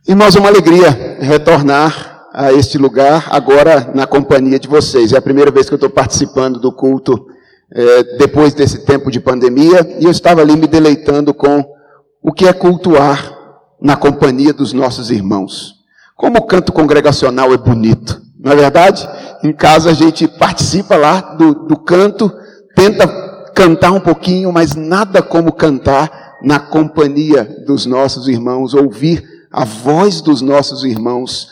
Irmãos, é uma alegria retornar a este lugar, agora na companhia de vocês. É a primeira vez que eu estou participando do culto depois desse tempo de pandemia, e eu estava ali me deleitando com o que é cultuar na companhia dos nossos irmãos. Como o canto congregacional é bonito, não é verdade? Em casa a gente participa lá do canto, tenta cantar um pouquinho, mas nada como cantar na companhia dos nossos irmãos, ouvir a voz dos nossos irmãos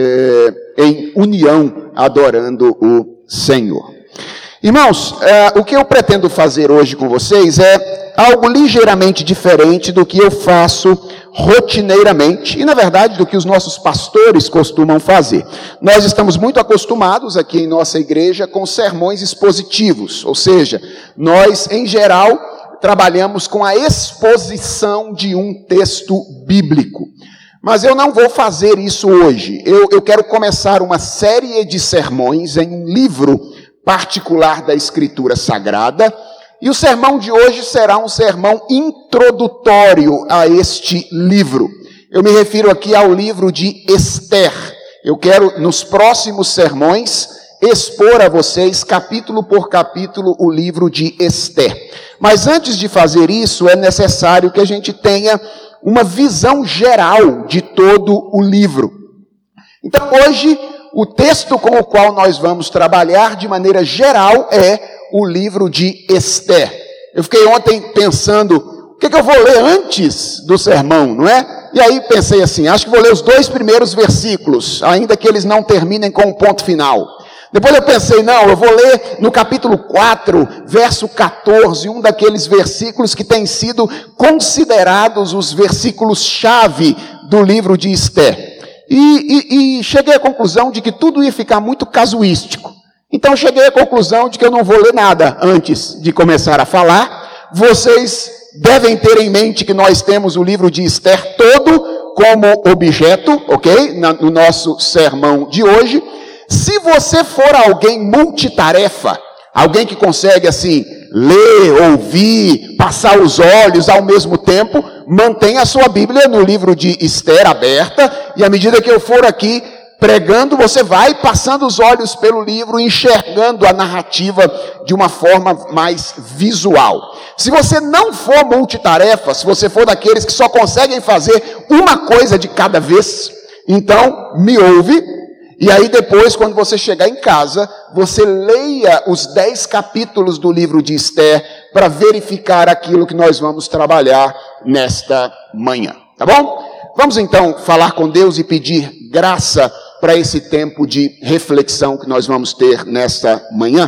em união, adorando o Senhor. Irmãos, o que eu pretendo fazer hoje com vocês é algo ligeiramente diferente do que eu faço rotineiramente, e na verdade do que os nossos pastores costumam fazer. Nós estamos muito acostumados aqui em nossa igreja com sermões expositivos, ou seja, nós em geral trabalhamos com a exposição de um texto bíblico. Mas eu não vou fazer isso hoje. Eu quero começar uma série de sermões em um livro particular da Escritura Sagrada, e o sermão de hoje será um sermão introdutório a este livro. Eu me refiro aqui ao livro de Esther. Eu quero, nos próximos sermões, expor a vocês, capítulo por capítulo, o livro de Esther. Mas antes de fazer isso, é necessário que a gente tenha uma visão geral de todo o livro. Então, hoje, o texto com o qual nós vamos trabalhar de maneira geral é o livro de Esther. Eu fiquei ontem pensando, o que eu vou ler antes do sermão, não é? E aí pensei assim, acho que vou ler os 2 primeiros versículos, ainda que eles não terminem com um ponto final. Depois eu pensei, não, eu vou ler no capítulo 4, verso 14, um daqueles versículos que têm sido considerados os versículos-chave do livro de Esther. E cheguei à conclusão de que tudo ia ficar muito casuístico. Então cheguei à conclusão de que eu não vou ler nada antes de começar a falar. Vocês devem ter em mente que nós temos o livro de Esther todo como objeto, ok? No nosso sermão de hoje. Se você for alguém multitarefa, alguém que consegue assim, ler, ouvir, passar os olhos ao mesmo tempo, mantenha a sua Bíblia no livro de Esther aberta, e à medida que eu for aqui pregando, você vai passando os olhos pelo livro, enxergando a narrativa de uma forma mais visual. Se você não for multitarefa, se você for daqueles que só conseguem fazer uma coisa de cada vez, então me ouve. E aí depois, quando você chegar em casa, você leia os 10 capítulos do livro de Esther para verificar aquilo que nós vamos trabalhar nesta manhã. Tá bom? Vamos então falar com Deus e pedir graça para esse tempo de reflexão que nós vamos ter nesta manhã.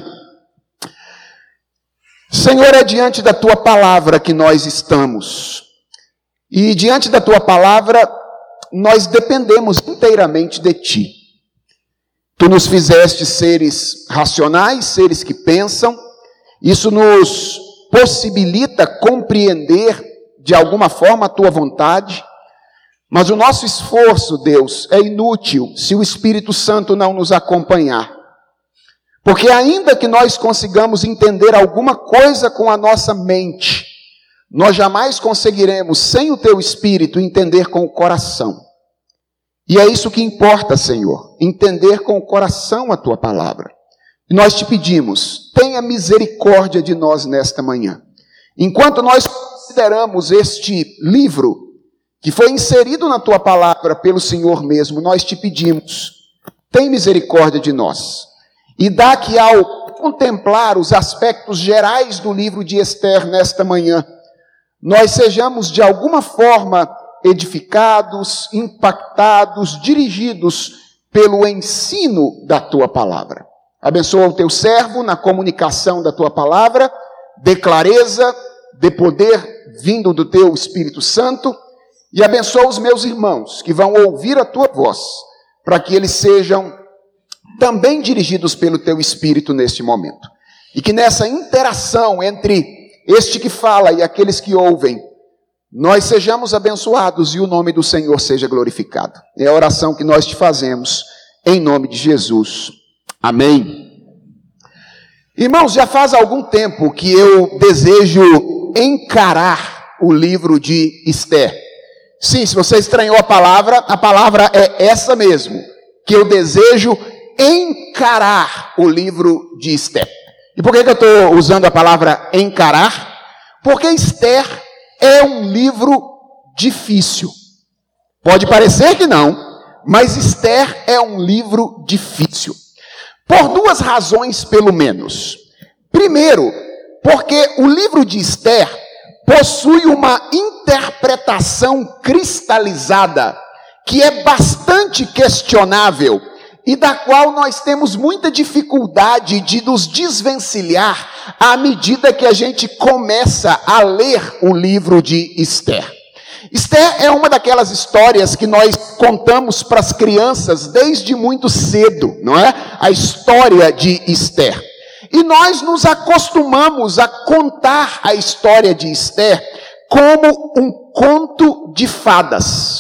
Senhor, é diante da Tua palavra que nós estamos. E diante da Tua palavra, nós dependemos inteiramente de Ti. Tu nos fizeste seres racionais, seres que pensam. Isso nos possibilita compreender de alguma forma a Tua vontade. Mas o nosso esforço, Deus, é inútil se o Espírito Santo não nos acompanhar. Porque ainda que nós consigamos entender alguma coisa com a nossa mente, nós jamais conseguiremos, sem o Teu Espírito, entender com o coração. E é isso que importa, Senhor, entender com o coração a Tua palavra. E nós te pedimos, tenha misericórdia de nós nesta manhã. Enquanto nós consideramos este livro, que foi inserido na Tua palavra pelo Senhor mesmo, nós te pedimos, tem misericórdia de nós. E dá que ao contemplar os aspectos gerais do livro de Esther nesta manhã, nós sejamos de alguma forma edificados, impactados, dirigidos pelo ensino da Tua palavra. Abençoa o Teu servo na comunicação da Tua palavra, dê clareza, dê poder vindo do Teu Espírito Santo, e abençoa os meus irmãos que vão ouvir a Tua voz, para que eles sejam também dirigidos pelo Teu Espírito neste momento. E que nessa interação entre este que fala e aqueles que ouvem, nós sejamos abençoados e o nome do Senhor seja glorificado. É a oração que nós te fazemos, em nome de Jesus. Amém. Irmãos, já faz algum tempo que eu desejo encarar o livro de Esther. Sim, se você estranhou a palavra é essa mesmo, que eu desejo encarar o livro de Esther. E por que eu estou usando a palavra encarar? Porque Esther é um livro difícil. Pode parecer que não, mas Esther é um livro difícil. Por duas razões, pelo menos. Primeiro, porque o livro de Esther possui uma interpretação cristalizada que é bastante questionável e da qual nós temos muita dificuldade de nos desvencilhar à medida que a gente começa a ler o livro de Esther. Esther é uma daquelas histórias que nós contamos para as crianças desde muito cedo, não é? A história de Esther. E nós nos acostumamos a contar a história de Esther como um conto de fadas.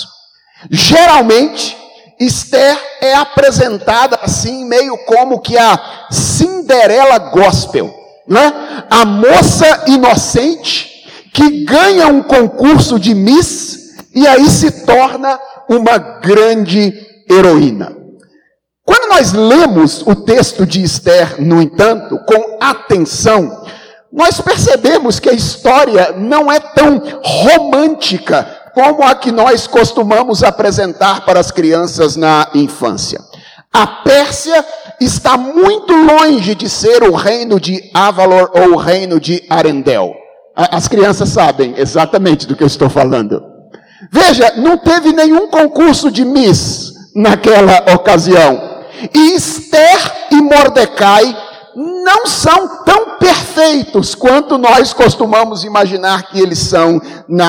Geralmente, Esther é apresentada assim, meio como que a Cinderela Gospel, não é? A moça inocente que ganha um concurso de Miss e aí se torna uma grande heroína. Quando nós lemos o texto de Esther, no entanto, com atenção, nós percebemos que a história não é tão romântica como a que nós costumamos apresentar para as crianças na infância. A Pérsia está muito longe de ser o reino de Avalor ou o reino de Arendelle. As crianças sabem exatamente do que eu estou falando. Veja, não teve nenhum concurso de Miss naquela ocasião. E Esther e Mordecai não são tão perfeitos quanto nós costumamos imaginar que eles são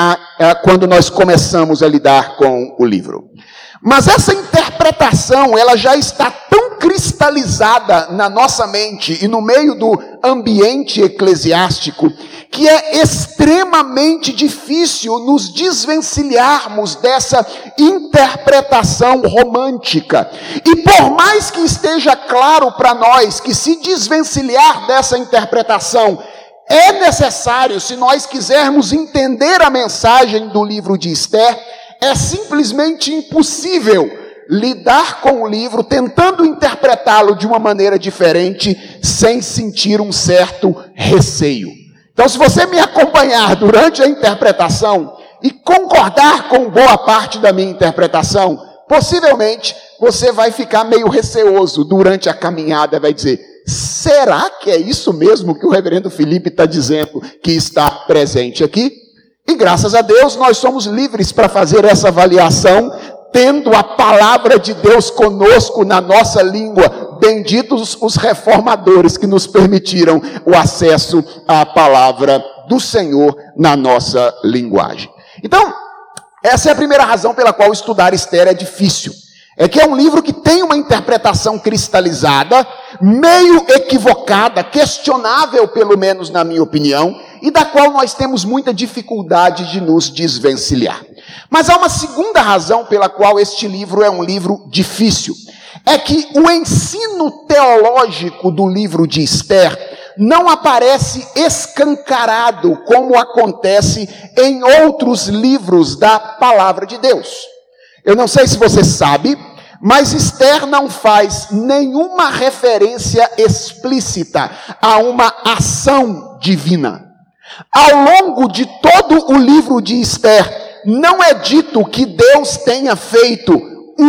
quando nós começamos a lidar com o livro. Mas essa interpretação, ela já está tão cristalizada na nossa mente e no meio do ambiente eclesiástico, que é extremamente difícil nos desvencilharmos dessa interpretação romântica. E por mais que esteja claro para nós que se desvencilhar dessa interpretação é necessário se nós quisermos entender a mensagem do livro de Esther, é simplesmente impossível lidar com o livro tentando interpretá-lo de uma maneira diferente sem sentir um certo receio. Então, se você me acompanhar durante a interpretação e concordar com boa parte da minha interpretação, possivelmente você vai ficar meio receoso durante a caminhada, vai dizer, será que é isso mesmo que o reverendo Felipe está dizendo que está presente aqui? E graças a Deus nós somos livres para fazer essa avaliação, tendo a palavra de Deus conosco na nossa língua. Benditos os reformadores que nos permitiram o acesso à palavra do Senhor na nossa linguagem. Então, essa é a primeira razão pela qual estudar Esther é difícil. É que é um livro que tem uma interpretação cristalizada, meio equivocada, questionável pelo menos na minha opinião, e da qual nós temos muita dificuldade de nos desvencilhar. Mas há uma segunda razão pela qual este livro é um livro difícil. É que o ensino teológico do livro de Esther não aparece escancarado como acontece em outros livros da palavra de Deus. Eu não sei se você sabe, mas Esther não faz nenhuma referência explícita a uma ação divina. Ao longo de todo o livro de Esther, não é dito que Deus tenha feito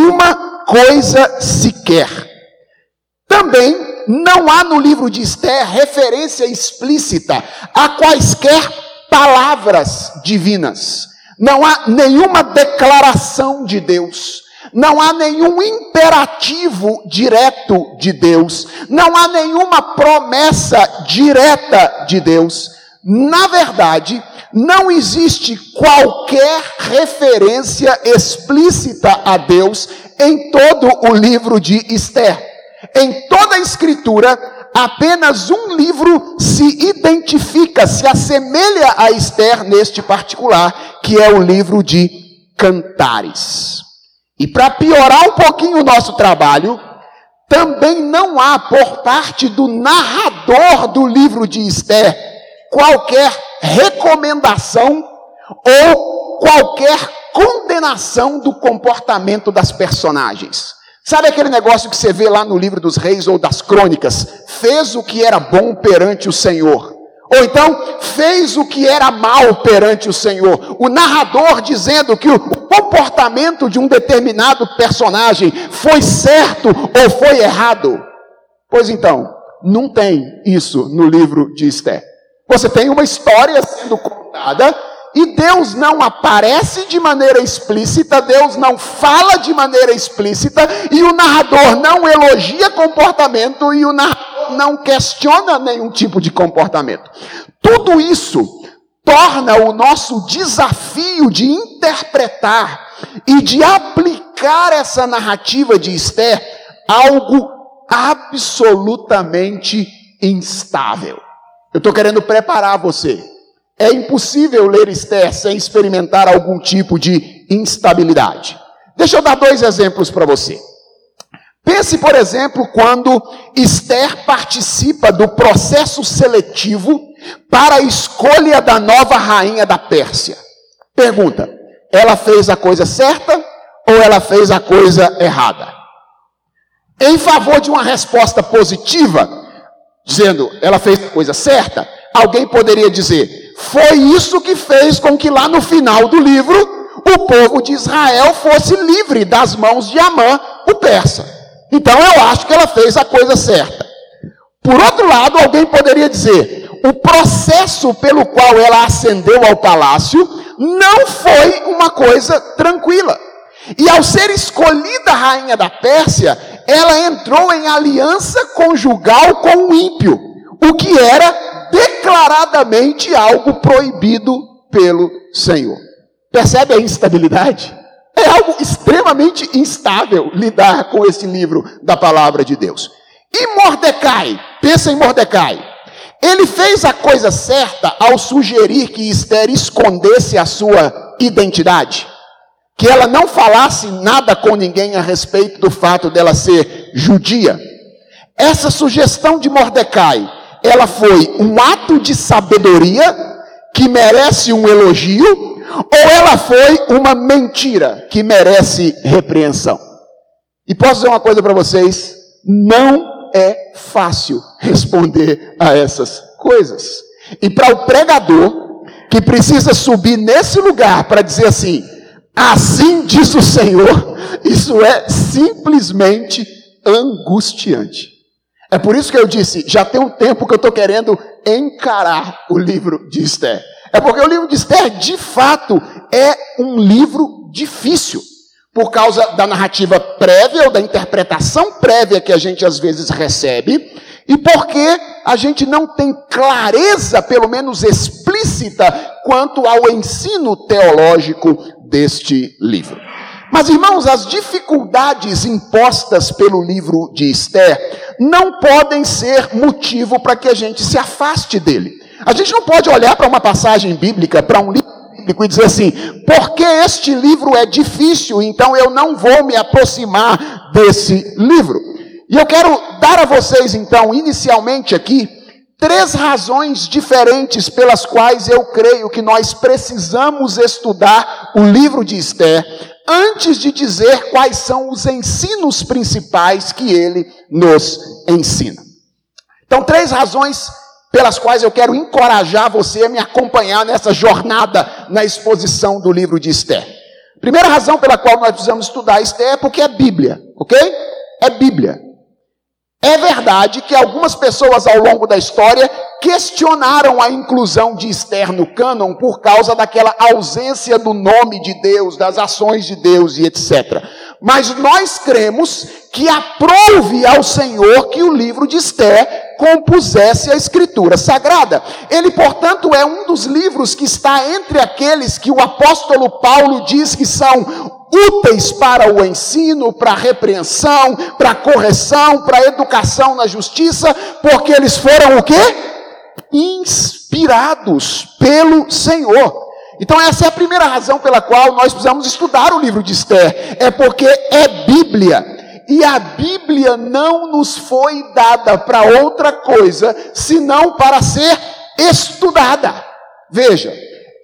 uma coisa sequer. Também não há no livro de Esther referência explícita a quaisquer palavras divinas. Não há nenhuma declaração de Deus. Não há nenhum imperativo direto de Deus. Não há nenhuma promessa direta de Deus. Na verdade, não existe qualquer referência explícita a Deus em todo o livro de Esther. Em toda a Escritura, apenas um livro se identifica, se assemelha a Esther neste particular, que é o livro de Cantares. E para piorar um pouquinho o nosso trabalho, também não há por parte do narrador do livro de Esther qualquer recomendação ou qualquer condenação do comportamento das personagens. Sabe aquele negócio que você vê lá no livro dos reis ou das crônicas? Fez o que era bom perante o Senhor. Ou então, fez o que era mal perante o Senhor. O narrador dizendo que o comportamento de um determinado personagem foi certo ou foi errado. Pois então, não tem isso no livro de Esther. Você tem uma história sendo contada e Deus não aparece de maneira explícita, Deus não fala de maneira explícita, e o narrador não elogia comportamento, e o narrador não questiona nenhum tipo de comportamento. Tudo isso torna o nosso desafio de interpretar e de aplicar essa narrativa de Esther algo absolutamente instável. Eu estou querendo preparar você. É impossível ler Esther sem experimentar algum tipo de instabilidade. Deixa eu dar 2 exemplos para você. Pense, por exemplo, quando Esther participa do processo seletivo para a escolha da nova rainha da Pérsia. Pergunta, ela fez a coisa certa ou ela fez a coisa errada? Em favor de uma resposta positiva, dizendo, ela fez a coisa certa, alguém poderia dizer, foi isso que fez com que lá no final do livro, o povo de Israel fosse livre das mãos de Amã, o persa. Então eu acho que ela fez a coisa certa. Por outro lado, alguém poderia dizer, o processo pelo qual ela ascendeu ao palácio não foi uma coisa tranquila. E ao ser escolhida a rainha da Pérsia, ela entrou em aliança conjugal com o ímpio, o que era declaradamente algo proibido pelo Senhor. Percebe a instabilidade? É algo extremamente instável lidar com esse livro da palavra de Deus. E Mordecai? Pensa em Mordecai. Ele fez a coisa certa ao sugerir que Esther escondesse a sua identidade. Que ela não falasse nada com ninguém a respeito do fato dela ser judia. Essa sugestão de Mordecai, ela foi um ato de sabedoria que merece um elogio, ou ela foi uma mentira que merece repreensão? E posso dizer uma coisa para vocês, não é fácil responder a essas coisas. E para o pregador, que precisa subir nesse lugar para dizer assim, assim diz o Senhor, isso é simplesmente angustiante. É por isso que eu disse, já tem um tempo que eu estou querendo encarar o livro de Esther. É porque o livro de Esther, de fato, é um livro difícil. Por causa da narrativa prévia ou da interpretação prévia que a gente às vezes recebe. E porque a gente não tem clareza, pelo menos explícita, quanto ao ensino teológico deste livro. Mas, irmãos, as dificuldades impostas pelo livro de Esther não podem ser motivo para que a gente se afaste dele. A gente não pode olhar para uma passagem bíblica, para um livro bíblico e dizer assim, porque este livro é difícil, então eu não vou me aproximar desse livro. E eu quero dar a vocês, então, inicialmente aqui, 3 razões diferentes pelas quais eu creio que nós precisamos estudar o livro de Esther, antes de dizer quais são os ensinos principais que ele nos ensina. Então, 3 razões pelas quais eu quero encorajar você a me acompanhar nessa jornada na exposição do livro de Esther. Primeira razão pela qual nós precisamos estudar Esther é porque é Bíblia, ok? É Bíblia. É verdade que algumas pessoas ao longo da história questionaram a inclusão de Esther no cânon por causa daquela ausência do nome de Deus, das ações de Deus e etc. Mas nós cremos que aprouve ao Senhor que o livro de Esther compusesse a Escritura Sagrada. Ele, portanto, é um dos livros que está entre aqueles que o apóstolo Paulo diz que são úteis para o ensino, para a repreensão, para a correção, para a educação na justiça, porque eles foram o quê? Inspirados pelo Senhor. Então essa é a primeira razão pela qual nós precisamos estudar o livro de Esther, é porque é Bíblia, e a Bíblia não nos foi dada para outra coisa, senão para ser estudada. Veja,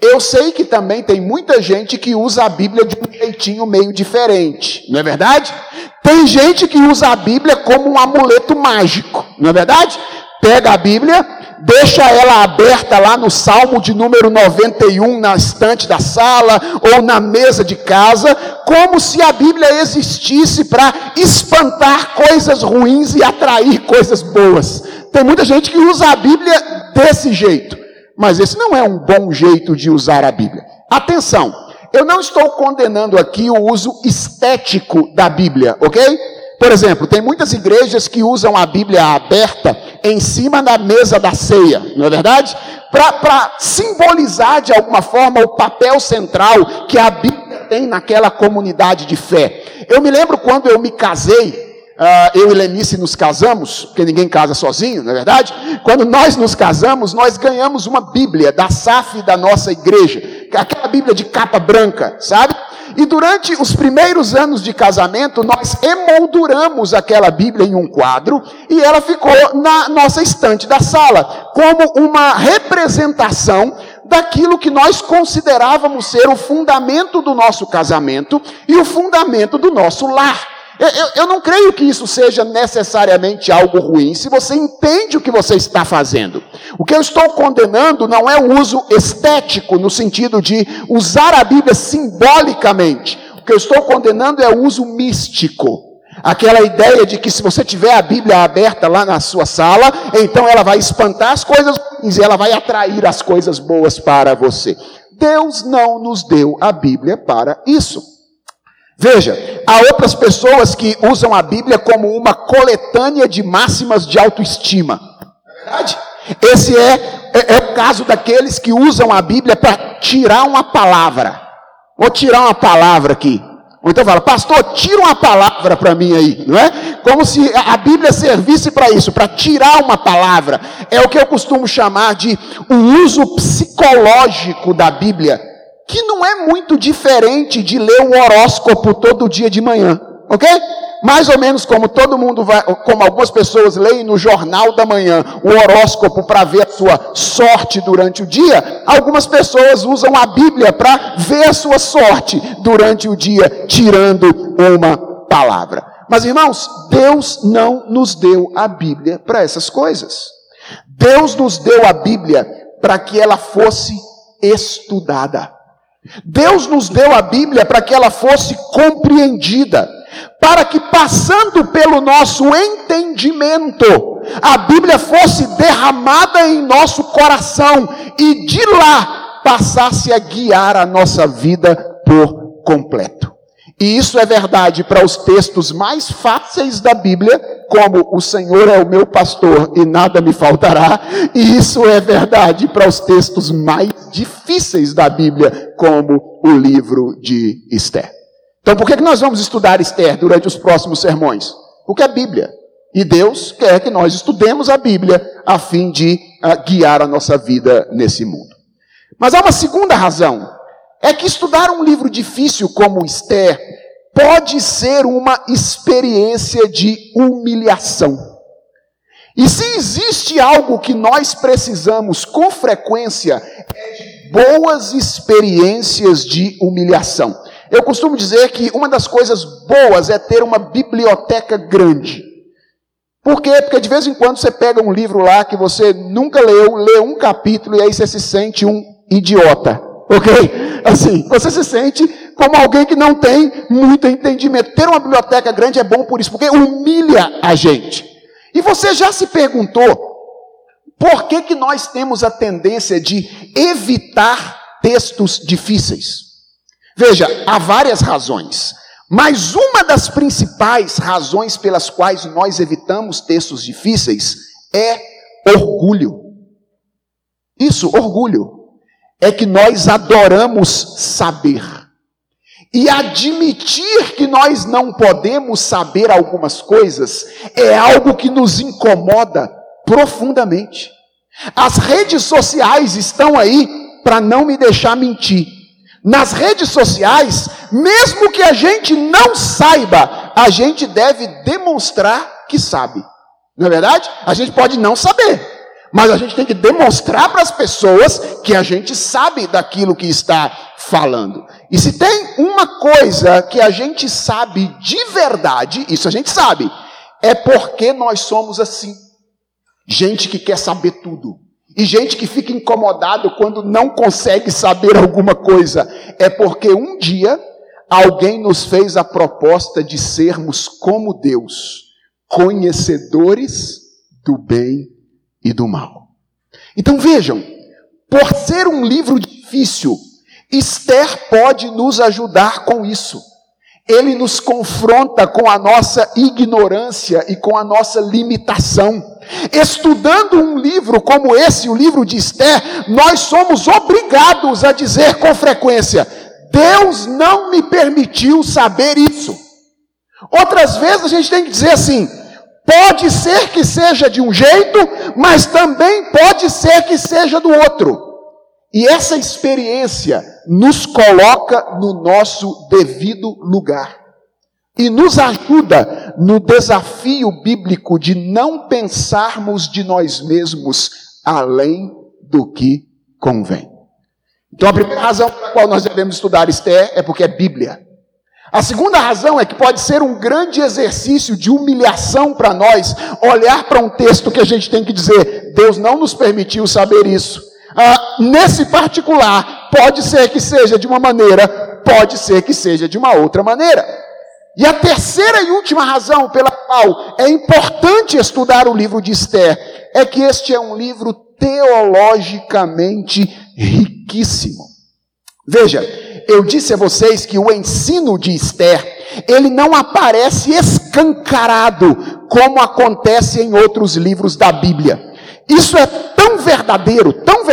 eu sei que também tem muita gente que usa a Bíblia de um jeitinho meio diferente, não é verdade? Tem gente que usa a Bíblia como um amuleto mágico, não é verdade? Pega a Bíblia, deixa ela aberta lá no Salmo de número 91, na estante da sala, ou na mesa de casa, como se a Bíblia existisse para espantar coisas ruins e atrair coisas boas. Tem muita gente que usa a Bíblia desse jeito, mas esse não é um bom jeito de usar a Bíblia. Atenção, eu não estou condenando aqui o uso estético da Bíblia, ok? Por exemplo, tem muitas igrejas que usam a Bíblia aberta em cima da mesa da ceia, não é verdade? Para simbolizar de alguma forma o papel central que a Bíblia tem naquela comunidade de fé. Eu me lembro quando eu me casei, eu e Lenice nos casamos, porque ninguém casa sozinho, não é verdade? Quando nós nos casamos, nós ganhamos uma Bíblia da SAF da nossa igreja, aquela Bíblia de capa branca, sabe? E durante os primeiros anos de casamento, nós emolduramos aquela Bíblia em um quadro e ela ficou na nossa estante da sala, como uma representação daquilo que nós considerávamos ser o fundamento do nosso casamento e o fundamento do nosso lar. Eu não creio que isso seja necessariamente algo ruim, se você entende o que você está fazendo. O que eu estou condenando não é o uso estético, no sentido de usar a Bíblia simbolicamente. O que eu estou condenando é o uso místico. Aquela ideia de que se você tiver a Bíblia aberta lá na sua sala, então ela vai espantar as coisas ruins e ela vai atrair as coisas boas para você. Deus não nos deu a Bíblia para isso. Veja, há outras pessoas que usam a Bíblia como uma coletânea de máximas de autoestima. Verdade? Esse é o caso daqueles que usam a Bíblia para tirar uma palavra. Vou tirar uma palavra aqui. Ou então fala, pastor, tira uma palavra para mim aí, não é? Como se a Bíblia servisse para isso, para tirar uma palavra. É o que eu costumo chamar de o uso psicológico da Bíblia, que não é muito diferente de ler um horóscopo todo dia de manhã, ok? Mais ou menos como todo mundo vai, como algumas pessoas leem no jornal da manhã o horóscopo para ver a sua sorte durante o dia, algumas pessoas usam a Bíblia para ver a sua sorte durante o dia, tirando uma palavra. Mas irmãos, Deus não nos deu a Bíblia para essas coisas. Deus nos deu a Bíblia para que ela fosse estudada. Deus nos deu a Bíblia para que ela fosse compreendida, para que passando pelo nosso entendimento, a Bíblia fosse derramada em nosso coração e de lá passasse a guiar a nossa vida por completo. E isso é verdade para os textos mais fáceis da Bíblia, como o Senhor é o meu pastor e nada me faltará. E isso é verdade para os textos mais difíceis da Bíblia, como o livro de Esther. Então por que nós vamos estudar Esther durante os próximos sermões? Porque é Bíblia. E Deus quer que nós estudemos a Bíblia a fim de guiar a nossa vida nesse mundo. Mas há uma segunda razão. É que estudar um livro difícil como Esther pode ser uma experiência de humilhação. E se existe algo que nós precisamos com frequência, é de boas experiências de humilhação. Eu costumo dizer que uma das coisas boas é ter uma biblioteca grande. Por quê? Porque de vez em quando você pega um livro lá que você nunca leu, lê um capítulo e aí você se sente um idiota. Ok? Assim, você se sente como alguém que não tem muito entendimento. Ter uma biblioteca grande é bom por isso, porque humilha a gente. E você já se perguntou, por que nós temos a tendência de evitar textos difíceis? Veja, há várias razões, mas uma das principais razões pelas quais nós evitamos textos difíceis é orgulho. Isso, orgulho. É que nós adoramos saber. E admitir que nós não podemos saber algumas coisas é algo que nos incomoda profundamente. As redes sociais estão aí para não me deixar mentir. Nas redes sociais, mesmo que a gente não saiba, a gente deve demonstrar que sabe. Não é verdade? A gente pode não saber. Mas a gente tem que demonstrar para as pessoas que a gente sabe daquilo que está falando. E se tem uma coisa que a gente sabe de verdade, isso a gente sabe, é porque nós somos assim. Gente que quer saber tudo. E gente que fica incomodado quando não consegue saber alguma coisa. É porque um dia alguém nos fez a proposta de sermos como Deus, conhecedores do bem e do mal. Então vejam, por ser um livro difícil, Esther pode nos ajudar com isso. Ele nos confronta com a nossa ignorância e com a nossa limitação. Estudando um livro como esse, o livro de Esther, nós somos obrigados a dizer com frequência: Deus não me permitiu saber isso. Outras vezes a gente tem que dizer assim: pode ser que seja de um jeito, mas também pode ser que seja do outro. E essa experiência nos coloca no nosso devido lugar. E nos ajuda no desafio bíblico de não pensarmos de nós mesmos além do que convém. Então a primeira razão pela qual nós devemos estudar Esther é porque é Bíblia. A segunda razão é que pode ser um grande exercício de humilhação para nós olhar para um texto que a gente tem que dizer: Deus não nos permitiu saber isso. Nesse particular, pode ser que seja de uma maneira, pode ser que seja de uma outra maneira. E a terceira e última razão pela qual é importante estudar o livro de Esther é que este é um livro teologicamente riquíssimo. Veja, eu disse a vocês que o ensino de Esther, ele não aparece escancarado como acontece em outros livros da Bíblia. Isso é tão verdadeiro,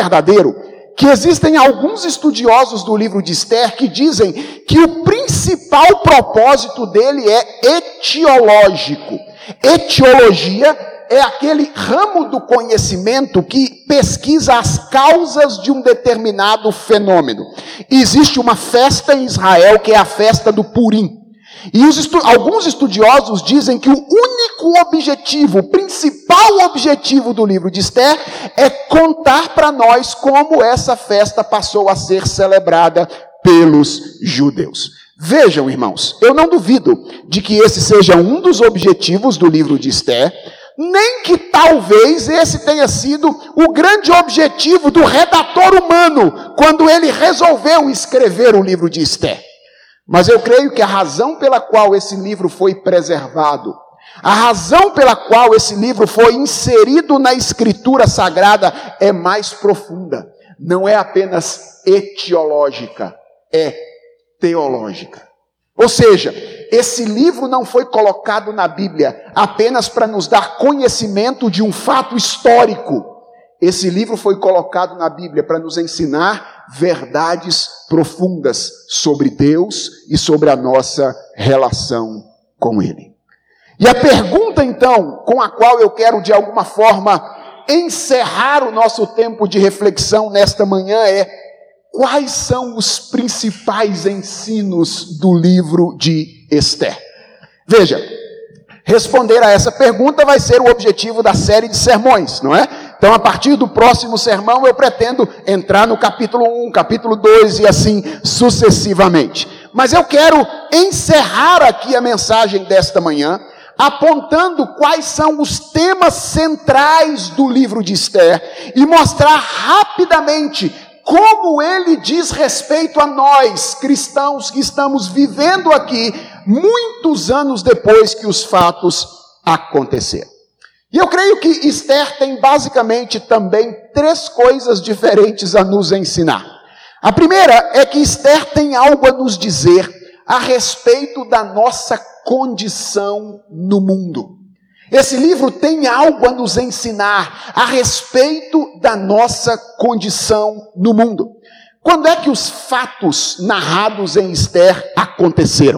que existem alguns estudiosos do livro de Esther que dizem que o principal propósito dele é etiológico. Etiologia é aquele ramo do conhecimento que pesquisa as causas de um determinado fenômeno. Existe uma festa em Israel que é a festa do Purim. E alguns estudiosos dizem que o único objetivo, o principal objetivo do livro de Esther é contar para nós como essa festa passou a ser celebrada pelos judeus. Vejam, irmãos, eu não duvido de que esse seja um dos objetivos do livro de Esther, nem que talvez esse tenha sido o grande objetivo do redator humano quando ele resolveu escrever o livro de Esther. Mas eu creio que a razão pela qual esse livro foi preservado, a razão pela qual esse livro foi inserido na Escritura Sagrada é mais profunda. Não é apenas etiológica, é teológica. Ou seja, esse livro não foi colocado na Bíblia apenas para nos dar conhecimento de um fato histórico. Esse livro foi colocado na Bíblia para nos ensinar verdades profundas sobre Deus e sobre a nossa relação com Ele. E a pergunta, então, com a qual eu quero, de alguma forma, encerrar o nosso tempo de reflexão nesta manhã é: quais são os principais ensinos do livro de Esther? Veja, responder a essa pergunta vai ser o objetivo da série de sermões, não é? Então, a partir do próximo sermão, eu pretendo entrar no capítulo 1, capítulo 2 e assim sucessivamente. Mas eu quero encerrar aqui a mensagem desta manhã, apontando quais são os temas centrais do livro de Esther e mostrar rapidamente como ele diz respeito a nós, cristãos, que estamos vivendo aqui muitos anos depois que os fatos aconteceram. E eu creio que Esther tem basicamente também 3 coisas diferentes a nos ensinar. A primeira é que Esther tem algo a nos dizer a respeito da nossa condição no mundo. Esse livro tem algo a nos ensinar a respeito da nossa condição no mundo. Quando é que os fatos narrados em Esther aconteceram?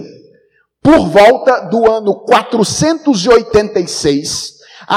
Por volta do ano 486 a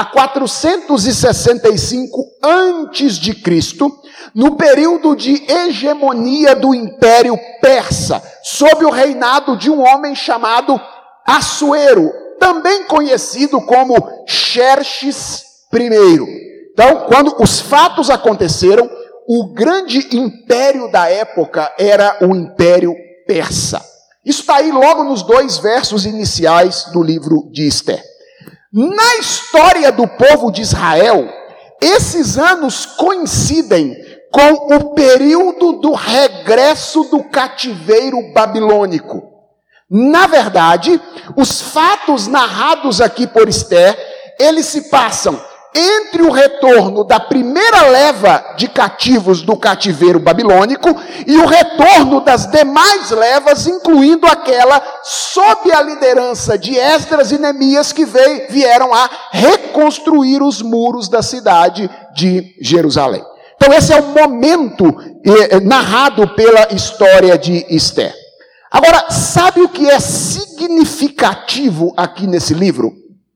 465 antes de Cristo, no período de hegemonia do Império Persa, sob o reinado de um homem chamado Assuero, também conhecido como Xerxes I. Então, quando os fatos aconteceram, o grande império da época era o Império Persa. Isso está aí logo nos 2 versos iniciais do livro de Esther. Na história do povo de Israel, esses anos coincidem com o período do regresso do cativeiro babilônico. Na verdade, os fatos narrados aqui por Esther, eles se passam entre o retorno da primeira leva de cativos do cativeiro babilônico e o retorno das demais levas, incluindo aquela sob a liderança de Esdras e Neemias, que vieram a reconstruir os muros da cidade de Jerusalém. Então esse é o momento narrado pela história de Esther. Agora, sabe o que é significativo aqui nesse livro?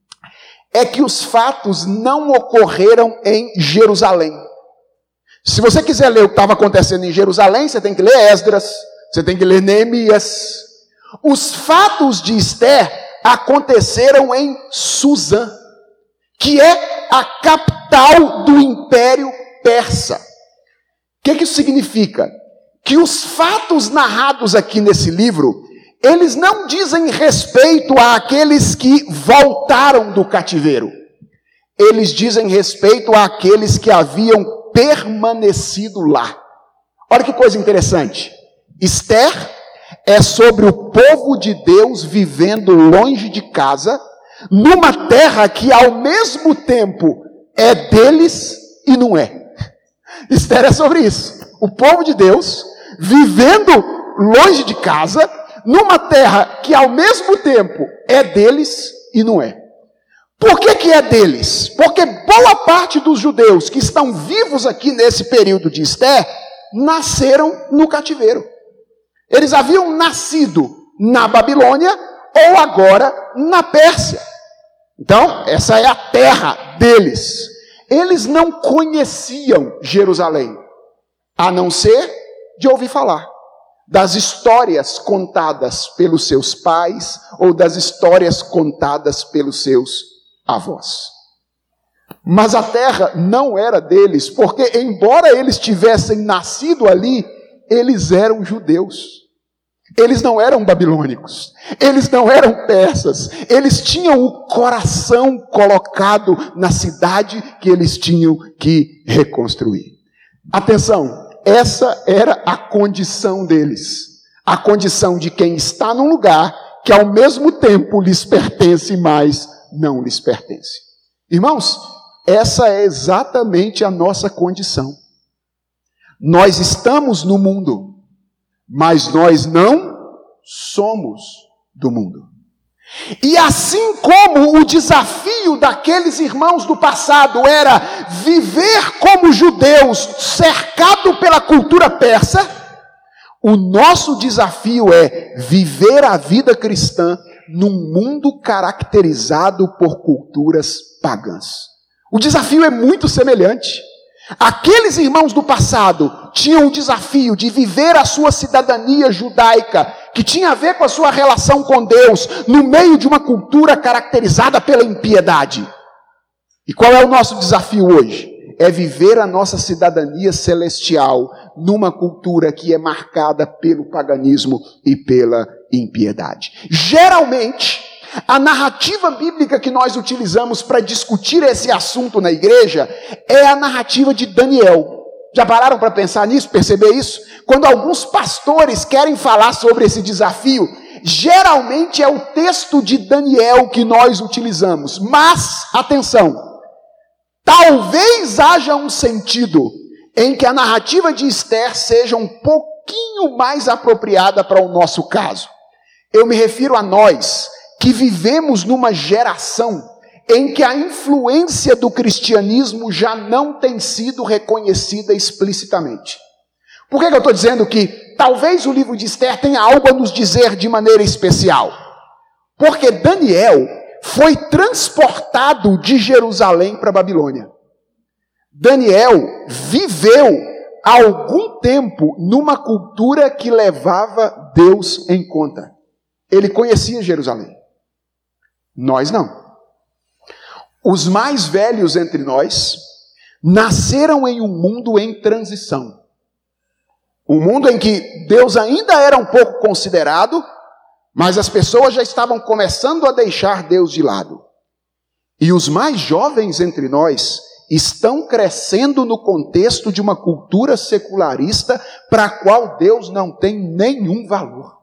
É que os fatos não ocorreram em Jerusalém. Se você quiser ler o que estava acontecendo em Jerusalém, você tem que ler Esdras, você tem que ler Neemias. Os fatos de Esther aconteceram em Suzã, que é a capital do Império Persa. O que isso significa? Que os fatos narrados aqui nesse livro, eles não dizem respeito àqueles que voltaram do cativeiro. Eles dizem respeito àqueles que haviam permanecido lá. Olha que coisa interessante. Esther é sobre o povo de Deus vivendo longe de casa, numa terra que ao mesmo tempo é deles e não é. Esther é sobre isso. O povo de Deus vivendo longe de casa, numa terra que ao mesmo tempo é deles e não é. Por que é deles? Porque boa parte dos judeus que estão vivos aqui nesse período de Esther, nasceram no cativeiro. Eles haviam nascido na Babilônia ou agora na Pérsia. Então, essa é a terra deles. Eles não conheciam Jerusalém, a não ser de ouvir falar das histórias contadas pelos seus pais ou das histórias contadas pelos seus avós. Mas a terra não era deles, porque embora eles tivessem nascido ali, eles eram judeus. Eles não eram babilônicos, eles não eram persas, eles tinham o coração colocado na cidade que eles tinham que reconstruir. Atenção! Essa era a condição deles. A condição de quem está num lugar que ao mesmo tempo lhes pertence, mas não lhes pertence. Irmãos, essa é exatamente a nossa condição. Nós estamos no mundo, mas nós não somos do mundo. E assim como o desafio daqueles irmãos do passado era viver como judeus, cercado pela cultura persa, o nosso desafio é viver a vida cristã num mundo caracterizado por culturas pagãs. O desafio é muito semelhante. Aqueles irmãos do passado tinham o desafio de viver a sua cidadania judaica, que tinha a ver com a sua relação com Deus, no meio de uma cultura caracterizada pela impiedade. E qual é o nosso desafio hoje? É viver a nossa cidadania celestial numa cultura que é marcada pelo paganismo e pela impiedade. Geralmente, a narrativa bíblica que nós utilizamos para discutir esse assunto na igreja é a narrativa de Daniel. Já pararam para pensar nisso, perceber isso? Quando alguns pastores querem falar sobre esse desafio, geralmente é o texto de Daniel que nós utilizamos. Mas, atenção, talvez haja um sentido em que a narrativa de Esther seja um pouquinho mais apropriada para o nosso caso. Eu me refiro a nós, que vivemos numa geração em que a influência do cristianismo já não tem sido reconhecida explicitamente. Por que eu estou dizendo que talvez o livro de Esther tenha algo a nos dizer de maneira especial? Porque Daniel foi transportado de Jerusalém para a Babilônia. Daniel viveu algum tempo numa cultura que levava Deus em conta. Ele conhecia Jerusalém. Nós não. Os mais velhos entre nós nasceram em um mundo em transição. Um mundo em que Deus ainda era um pouco considerado, mas as pessoas já estavam começando a deixar Deus de lado. E os mais jovens entre nós estão crescendo no contexto de uma cultura secularista para a qual Deus não tem nenhum valor.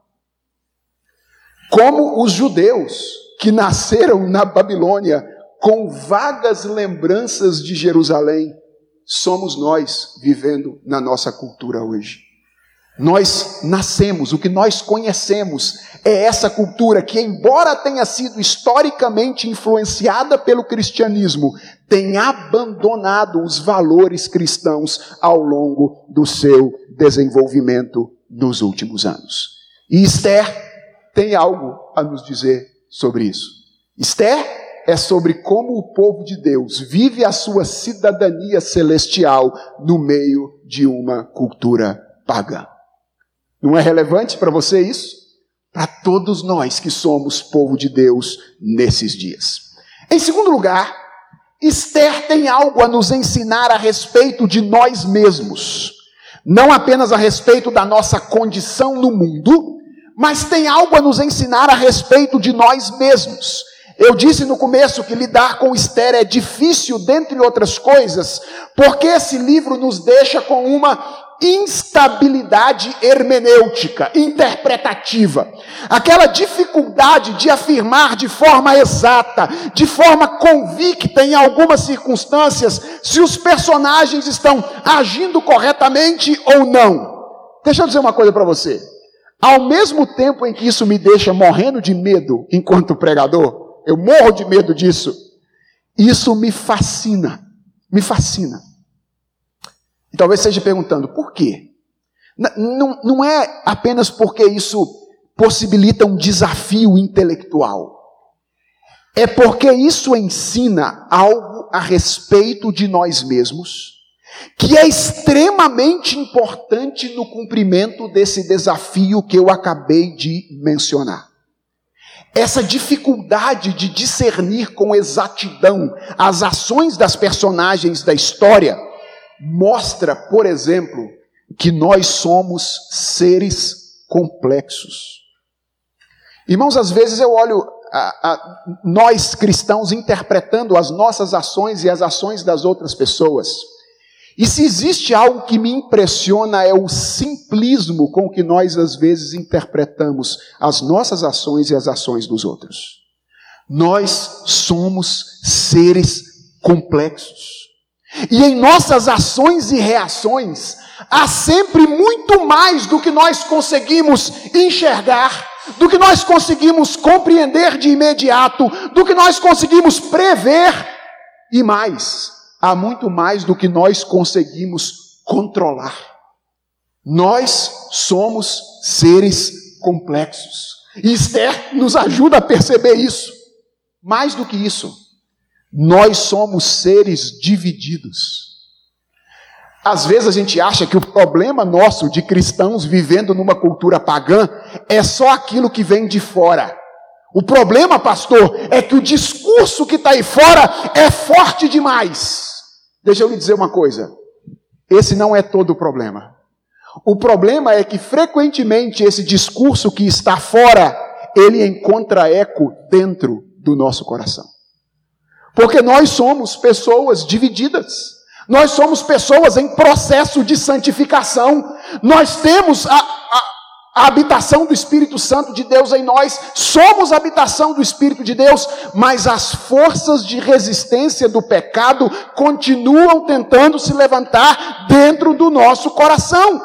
Como os judeus que nasceram na Babilônia com vagas lembranças de Jerusalém, somos nós vivendo na nossa cultura hoje. Nós nascemos, o que nós conhecemos é essa cultura que, embora tenha sido historicamente influenciada pelo cristianismo, tem abandonado os valores cristãos ao longo do seu desenvolvimento nos últimos anos. E Esther tem algo a nos dizer sobre isso. Esther é sobre como o povo de Deus vive a sua cidadania celestial no meio de uma cultura pagã. Não é relevante para você isso? Para todos nós que somos povo de Deus nesses dias. Em segundo lugar, Esther tem algo a nos ensinar a respeito de nós mesmos. Não apenas a respeito da nossa condição no mundo, mas tem algo a nos ensinar a respeito de nós mesmos. Eu disse no começo que lidar com Esther é difícil, dentre outras coisas, porque esse livro nos deixa com uma instabilidade hermenêutica, interpretativa. Aquela dificuldade de afirmar de forma exata, de forma convicta em algumas circunstâncias, se os personagens estão agindo corretamente ou não. Deixa eu dizer uma coisa para você. Ao mesmo tempo em que isso me deixa morrendo de medo enquanto pregador, eu morro de medo disso, isso me fascina. Me fascina. E talvez esteja perguntando, por quê? Não é apenas porque isso possibilita um desafio intelectual. É porque isso ensina algo a respeito de nós mesmos, que é extremamente importante no cumprimento desse desafio que eu acabei de mencionar. Essa dificuldade de discernir com exatidão as ações das personagens da história mostra, por exemplo, que nós somos seres complexos. Irmãos, às vezes eu olho nós cristãos interpretando as nossas ações e as ações das outras pessoas. E se existe algo que me impressiona é o simplismo com que nós às vezes interpretamos as nossas ações e as ações dos outros. Nós somos seres complexos. E em nossas ações e reações, há sempre muito mais do que nós conseguimos enxergar, do que nós conseguimos compreender de imediato, do que nós conseguimos prever, e mais, há muito mais do que nós conseguimos controlar. Nós somos seres complexos. E Esther nos ajuda a perceber isso. Mais do que isso, nós somos seres divididos. Às vezes a gente acha que o problema nosso de cristãos vivendo numa cultura pagã é só aquilo que vem de fora. O problema, pastor, é que o discurso que está aí fora é forte demais. Deixa eu lhe dizer uma coisa. Esse não é todo o problema. O problema é que frequentemente esse discurso que está fora, ele encontra eco dentro do nosso coração. Porque nós somos pessoas divididas. Nós somos pessoas em processo de santificação. Nós temos a habitação do Espírito Santo de Deus em nós. Somos a habitação do Espírito de Deus. Mas as forças de resistência do pecado continuam tentando se levantar dentro do nosso coração.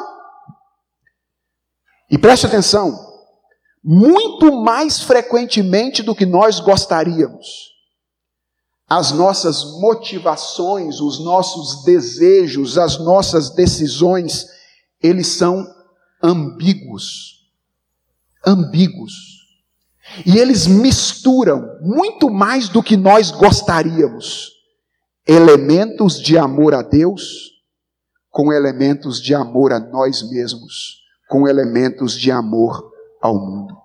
E preste atenção. Muito mais frequentemente do que nós gostaríamos, as nossas motivações, os nossos desejos, as nossas decisões, eles são ambíguos. Ambíguos. E eles misturam, muito mais do que nós gostaríamos, elementos de amor a Deus com elementos de amor a nós mesmos, com elementos de amor ao mundo.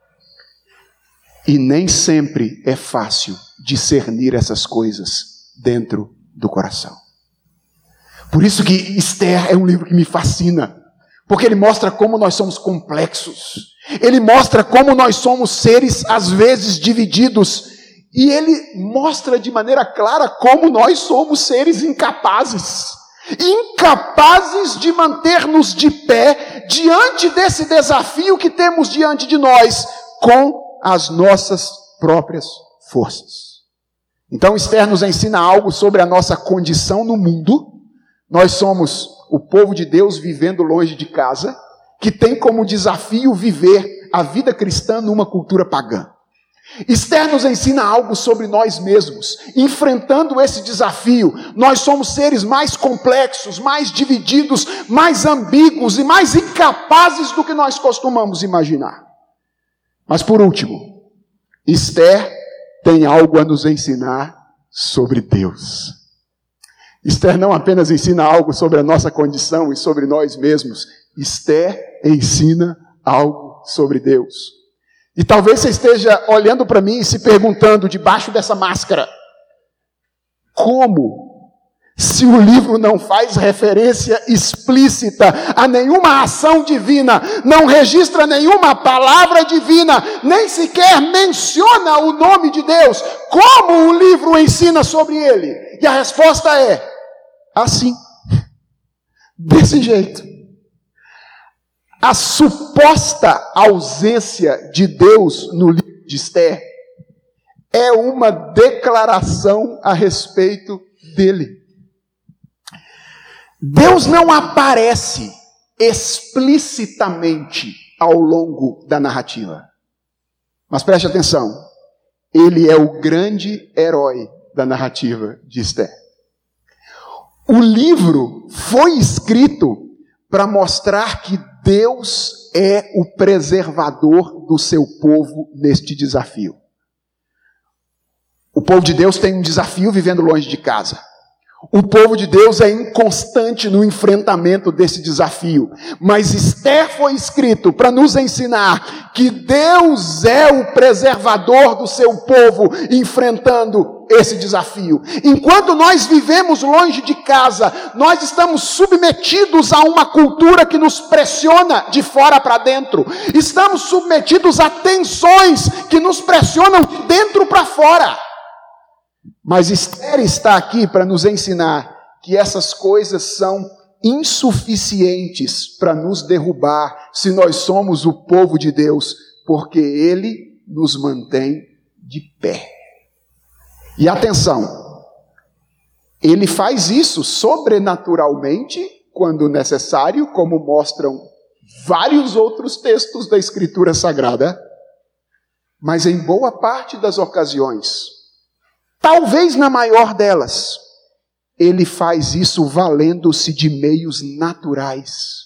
E nem sempre é fácil discernir essas coisas dentro do coração. Por isso que Esther é um livro que me fascina, porque ele mostra como nós somos complexos, ele mostra como nós somos seres às vezes divididos, e ele mostra de maneira clara como nós somos seres incapazes de manter-nos de pé diante desse desafio que temos diante de nós com as nossas próprias forças. Então Esther nos ensina algo sobre a nossa condição no mundo. Nós somos o povo de Deus vivendo longe de casa, que tem como desafio viver a vida cristã numa cultura pagã. Esther nos ensina algo sobre nós mesmos. Enfrentando esse desafio, nós somos seres mais complexos, mais divididos, mais ambíguos e mais incapazes do que nós costumamos imaginar. Mas por último, Esther tem algo a nos ensinar sobre Deus. Esther não apenas ensina algo sobre a nossa condição e sobre nós mesmos. Esther ensina algo sobre Deus. E talvez você esteja olhando para mim e se perguntando debaixo dessa máscara: como? Se o livro não faz referência explícita a nenhuma ação divina, não registra nenhuma palavra divina, nem sequer menciona o nome de Deus, como o livro ensina sobre ele? E a resposta é: assim, desse jeito. A suposta ausência de Deus no livro de Esther é uma declaração a respeito dele. Deus não aparece explicitamente ao longo da narrativa. Mas preste atenção, ele é o grande herói da narrativa de Esther. O livro foi escrito para mostrar que Deus é o preservador do seu povo neste desafio. O povo de Deus tem um desafio vivendo longe de casa. O povo de Deus é inconstante no enfrentamento desse desafio. Mas Esther foi escrito para nos ensinar que Deus é o preservador do seu povo enfrentando esse desafio. Enquanto nós vivemos longe de casa, nós estamos submetidos a uma cultura que nos pressiona de fora para dentro. Estamos submetidos a tensões que nos pressionam de dentro para fora. Mas Esther está aqui para nos ensinar que essas coisas são insuficientes para nos derrubar se nós somos o povo de Deus, porque Ele nos mantém de pé. E atenção, Ele faz isso sobrenaturalmente, quando necessário, como mostram vários outros textos da Escritura Sagrada, mas em boa parte das ocasiões, talvez na maior delas, ele faz isso valendo-se de meios naturais,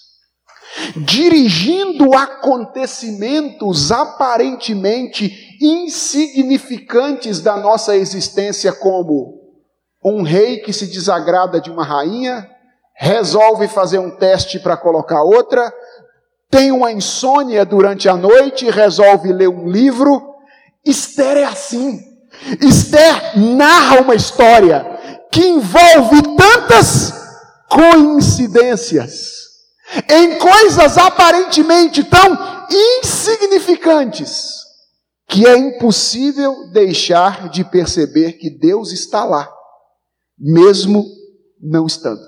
dirigindo acontecimentos aparentemente insignificantes da nossa existência, como um rei que se desagrada de uma rainha, resolve fazer um teste para colocar outra, tem uma insônia durante a noite e resolve ler um livro. Esther é assim. Esther narra uma história que envolve tantas coincidências em coisas aparentemente tão insignificantes que é impossível deixar de perceber que Deus está lá, mesmo não estando.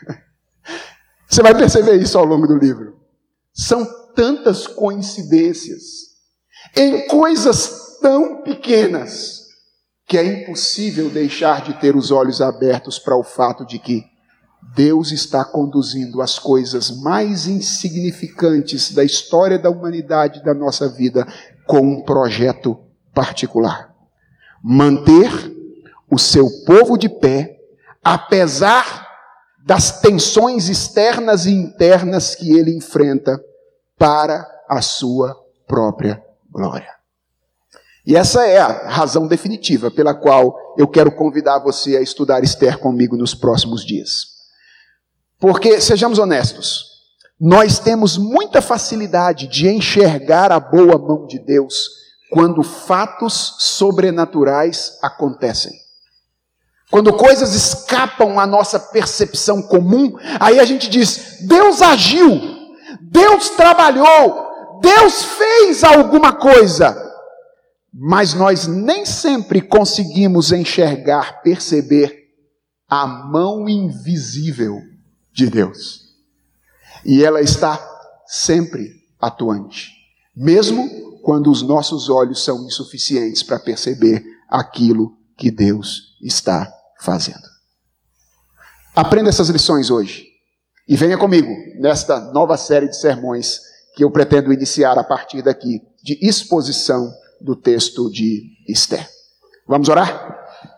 Você vai perceber isso ao longo do livro. São tantas coincidências em coisas tão pequenas que é impossível deixar de ter os olhos abertos para o fato de que Deus está conduzindo as coisas mais insignificantes da história da humanidade, da nossa vida, com um projeto particular. Manter o seu povo de pé, apesar das tensões externas e internas que ele enfrenta, para a sua própria glória. E essa é a razão definitiva pela qual eu quero convidar você a estudar Esther comigo nos próximos dias. Porque, sejamos honestos, nós temos muita facilidade de enxergar a boa mão de Deus quando fatos sobrenaturais acontecem. quando coisas escapam à nossa percepção comum, aí a gente diz: Deus agiu, Deus trabalhou, Deus fez alguma coisa. Mas nós nem sempre conseguimos enxergar, perceber a mão invisível de Deus. E ela está sempre atuante, mesmo quando os nossos olhos são insuficientes para perceber aquilo que Deus está fazendo. Aprenda essas lições hoje e venha comigo nesta nova série de sermões que eu pretendo iniciar a partir daqui, de exposição do texto de Esther. Vamos orar?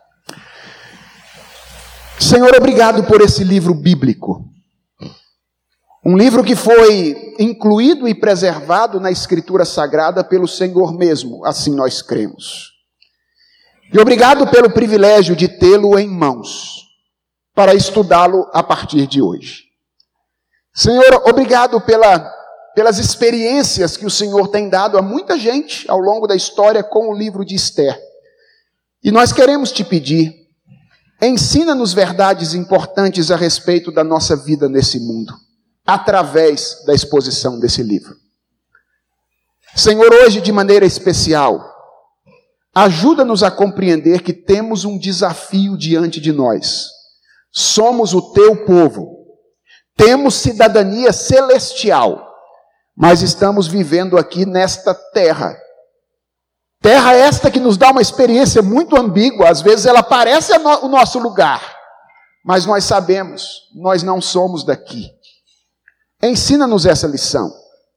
Senhor, obrigado por esse livro bíblico. Um livro que foi incluído e preservado na Escritura Sagrada pelo Senhor mesmo, assim nós cremos. E obrigado pelo privilégio de tê-lo em mãos, para estudá-lo a partir de hoje. Senhor, obrigado pelas experiências que o Senhor tem dado a muita gente ao longo da história com o livro de Esther. E nós queremos te pedir, ensina-nos verdades importantes a respeito da nossa vida nesse mundo, através da exposição desse livro. Senhor, hoje de maneira especial, ajuda-nos a compreender que temos um desafio diante de nós. Somos o teu povo, temos cidadania celestial, mas estamos vivendo aqui nesta terra. Terra esta que nos dá uma experiência muito ambígua, às vezes ela parece o nosso lugar, mas nós sabemos, nós não somos daqui. Ensina-nos essa lição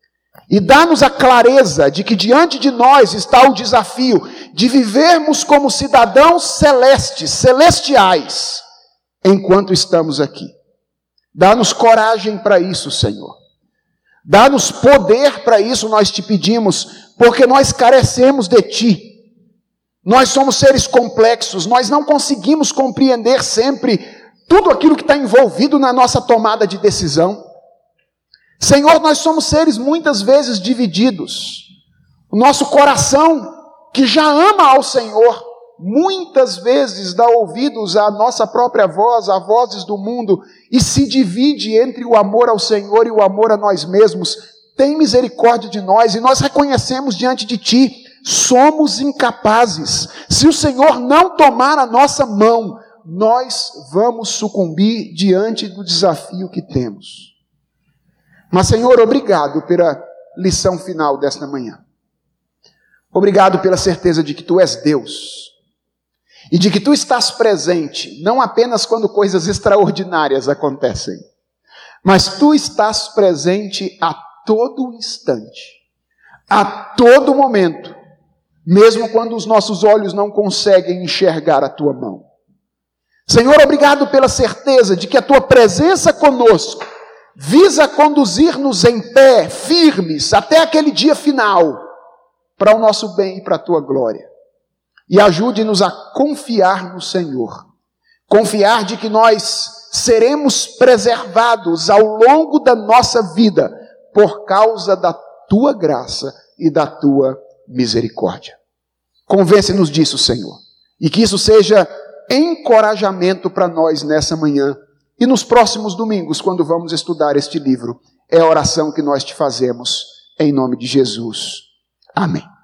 e dá-nos a clareza de que diante de nós está o desafio de vivermos como cidadãos celestes, celestiais, enquanto estamos aqui. Dá-nos coragem para isso, Senhor. Dá-nos poder para isso, nós te pedimos, porque nós carecemos de Ti. Nós somos seres complexos, nós não conseguimos compreender sempre tudo aquilo que está envolvido na nossa tomada de decisão. Senhor, nós somos seres muitas vezes divididos. O nosso coração, que já ama ao Senhor, muitas vezes dá ouvidos à nossa própria voz, a vozes do mundo, e se divide entre o amor ao Senhor e o amor a nós mesmos. Tem misericórdia de nós, e nós reconhecemos diante de Ti, somos incapazes. Se o Senhor não tomar a nossa mão, nós vamos sucumbir diante do desafio que temos. Mas, Senhor, obrigado pela lição final desta manhã. Obrigado pela certeza de que Tu és Deus. E de que Tu estás presente, não apenas quando coisas extraordinárias acontecem, mas Tu estás presente a todo instante, a todo momento, mesmo quando os nossos olhos não conseguem enxergar a Tua mão. Senhor, obrigado pela certeza de que a Tua presença conosco visa conduzir-nos em pé, firmes, até aquele dia final, para o nosso bem e para a Tua glória. E ajude-nos a confiar no Senhor. Confiar de que nós seremos preservados ao longo da nossa vida, por causa da Tua graça e da Tua misericórdia. Convence-nos disso, Senhor. E que isso seja encorajamento para nós nessa manhã. E nos próximos domingos, quando vamos estudar este livro, é a oração que nós te fazemos, em nome de Jesus. Amém.